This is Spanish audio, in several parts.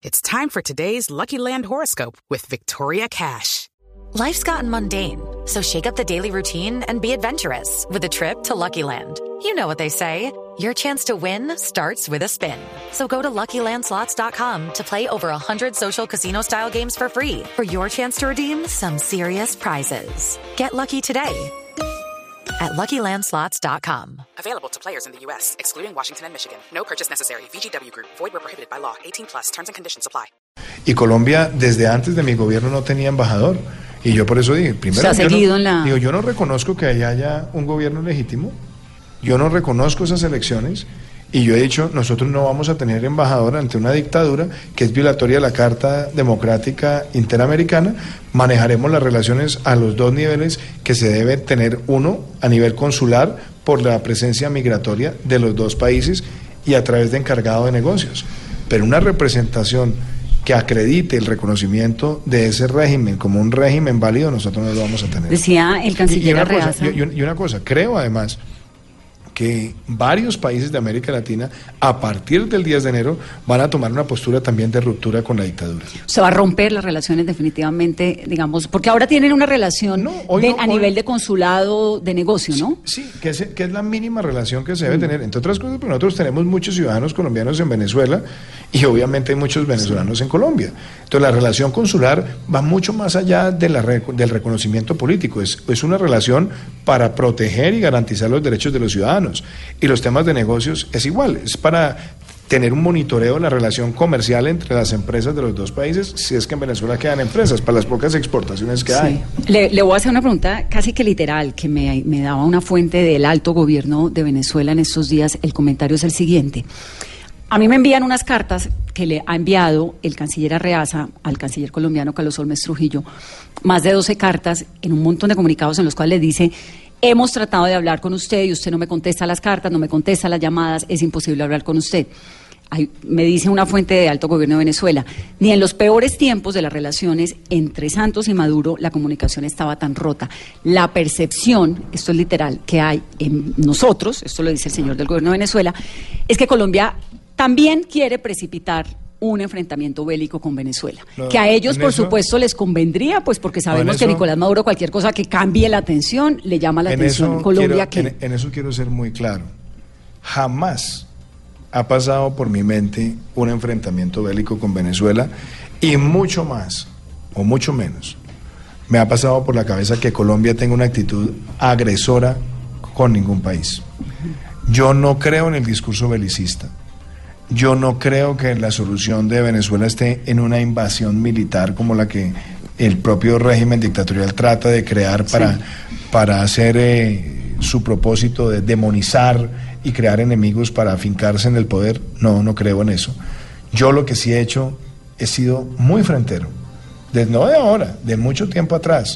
It's time for today's Lucky Land horoscope with Victoria Cash. Life's gotten mundane, so shake up the daily routine and be adventurous with a trip to Lucky Land. You know what they say, your chance to win starts with a spin. So go to LuckyLandSlots.com to play over 100 social casino-style games for free for your chance to redeem some serious prizes. Get lucky today at LuckyLandSlots.com. Available to players in the U.S., excluding Washington and Michigan. No purchase necessary. VGW Group. Void where prohibited by law. 18+. Terms and conditions apply. Y Colombia, desde antes de mi gobierno, no tenía embajador. Y yo por eso dije, primero, yo no reconozco que haya un gobierno legítimo. Yo no reconozco esas elecciones. Y yo he dicho, nosotros no vamos a tener embajador ante una dictadura que es violatoria de la Carta Democrática Interamericana. Manejaremos las relaciones a los dos niveles que se debe tener, uno a nivel consular por la presencia migratoria de los dos países y a través de encargado de negocios. Pero una representación que acredite el reconocimiento de ese régimen como un régimen válido, nosotros no lo vamos a tener. Decía el canciller Arreaza. Y una cosa, creo además que varios países de América Latina, a partir del 10 de enero, van a tomar una postura también de ruptura con la dictadura. Se va a romper las relaciones definitivamente, digamos, porque ahora tienen una relación a nivel de consulado, de negocio, ¿no? Sí, que es la mínima relación que se debe tener. Entre otras cosas, porque nosotros tenemos muchos ciudadanos colombianos en Venezuela y obviamente hay muchos venezolanos en Colombia. Entonces la relación consular va mucho más allá de del reconocimiento político. Es una relación para proteger y garantizar los derechos de los ciudadanos. Y los temas de negocios es igual, es para tener un monitoreo de la relación comercial entre las empresas de los dos países, si es que en Venezuela quedan empresas, para las pocas exportaciones que hay. Le voy a hacer una pregunta casi que literal, que me daba una fuente del alto gobierno de Venezuela en estos días. El comentario es el siguiente. A mí me envían unas cartas que le ha enviado el canciller Arreaza al canciller colombiano Carlos Holmes Trujillo, más de 12 cartas en un montón de comunicados en los cuales le dice: hemos tratado de hablar con usted y usted no me contesta las cartas, no me contesta las llamadas, es imposible hablar con usted. Me dice una fuente de alto gobierno de Venezuela, ni en los peores tiempos de las relaciones entre Santos y Maduro la comunicación estaba tan rota. La percepción, esto es literal, que hay en nosotros, esto lo dice el señor del gobierno de Venezuela, es que Colombia también quiere precipitar un enfrentamiento bélico con Venezuela, que a ellos por supuesto les convendría, pues porque sabemos que Nicolás Maduro, cualquier cosa que cambie la atención le llama la atención. Colombia en eso quiero ser muy claro, jamás ha pasado por mi mente un enfrentamiento bélico con Venezuela, y mucho más o mucho menos me ha pasado por la cabeza que Colombia tenga una actitud agresora con ningún país. Yo no creo en el discurso belicista. Yo no creo que la solución de Venezuela esté en una invasión militar como la que el propio régimen dictatorial trata de crear para hacer su propósito de demonizar y crear enemigos para afincarse en el poder. No creo en eso. Yo lo que sí he sido muy frentero, no de ahora, de mucho tiempo atrás,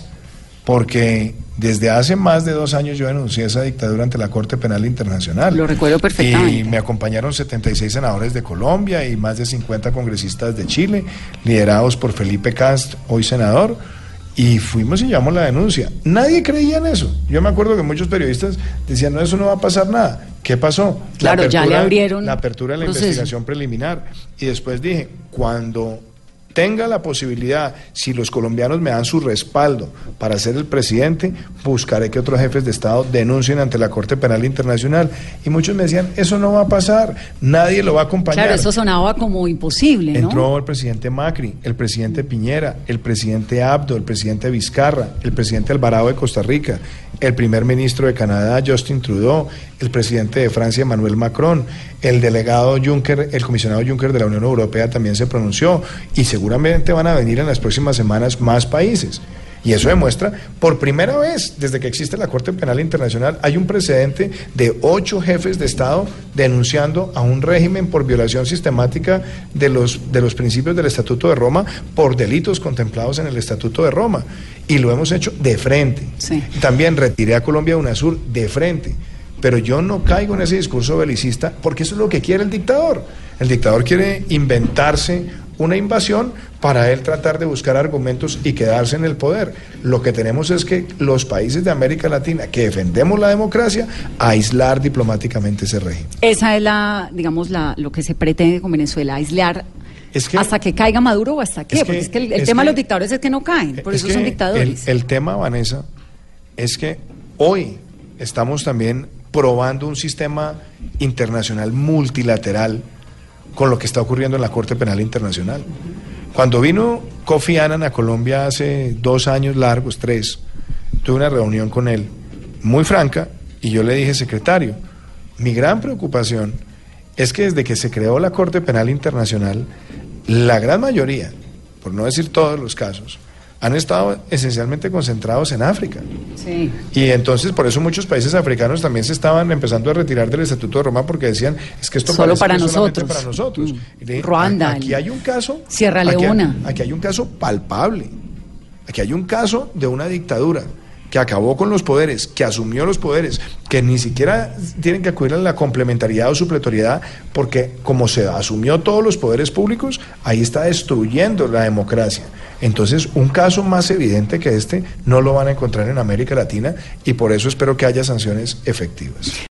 porque desde hace más de 2 años yo denuncié esa dictadura ante la Corte Penal Internacional. Lo recuerdo perfectamente. Y me acompañaron 76 senadores de Colombia y más de 50 congresistas de Chile, liderados por Felipe Cast, hoy senador, y fuimos y llevamos la denuncia. Nadie creía en eso. Yo me acuerdo que muchos periodistas decían, no, eso no va a pasar nada. ¿Qué pasó? Claro, ya le abrieron la apertura de la investigación preliminar. Y después dije, cuando tenga la posibilidad, si los colombianos me dan su respaldo para ser el presidente, buscaré que otros jefes de Estado denuncien ante la Corte Penal Internacional. Y muchos me decían, eso no va a pasar, nadie lo va a acompañar. Claro, eso sonaba como imposible, ¿no? Entró el presidente Macri, el presidente Piñera, el presidente Abdo, el presidente Vizcarra, el presidente Alvarado de Costa Rica, el primer ministro de Canadá, Justin Trudeau, el presidente de Francia, Emmanuel Macron, el delegado Juncker, el comisionado Juncker de la Unión Europea también se pronunció, y seguramente van a venir en las próximas semanas más países. Y eso demuestra, por primera vez desde que existe la Corte Penal Internacional, hay un precedente de 8 jefes de Estado denunciando a un régimen por violación sistemática de los principios del Estatuto de Roma, por delitos contemplados en el Estatuto de Roma. Y lo hemos hecho de frente. Sí. También retiré a Colombia de UNASUR de frente. Pero yo no caigo en ese discurso belicista, porque eso es lo que quiere el dictador. El dictador quiere inventarse una invasión para él tratar de buscar argumentos y quedarse en el poder. Lo que tenemos es que los países de América Latina que defendemos la democracia, aislar diplomáticamente ese régimen. Esa es lo que se pretende con Venezuela, aislar ¿Hasta que caiga Maduro o hasta qué? Porque es que el tema de los dictadores es que no caen, por eso son dictadores. El tema, Vanessa, es que hoy estamos también probando un sistema internacional multilateral con lo que está ocurriendo en la Corte Penal Internacional. Cuando vino Kofi Annan a Colombia hace 2 años largos, 3, tuve una reunión con él muy franca y yo le dije, secretario, mi gran preocupación es que desde que se creó la Corte Penal Internacional, la gran mayoría, por no decir todos los casos, han estado esencialmente concentrados en África. Sí. Y entonces por eso muchos países africanos también se estaban empezando a retirar del Estatuto de Roma porque decían, es que esto solo para que nosotros. Para nosotros. Ruanda. Aquí hay un caso. Sierra Leona. Aquí hay un caso palpable. Aquí hay un caso de una dictadura que acabó con los poderes, que asumió los poderes, que ni siquiera tienen que acudir a la complementariedad o supletoriedad, porque como se asumió todos los poderes públicos, ahí está destruyendo la democracia. Entonces, un caso más evidente que este no lo van a encontrar en América Latina y por eso espero que haya sanciones efectivas.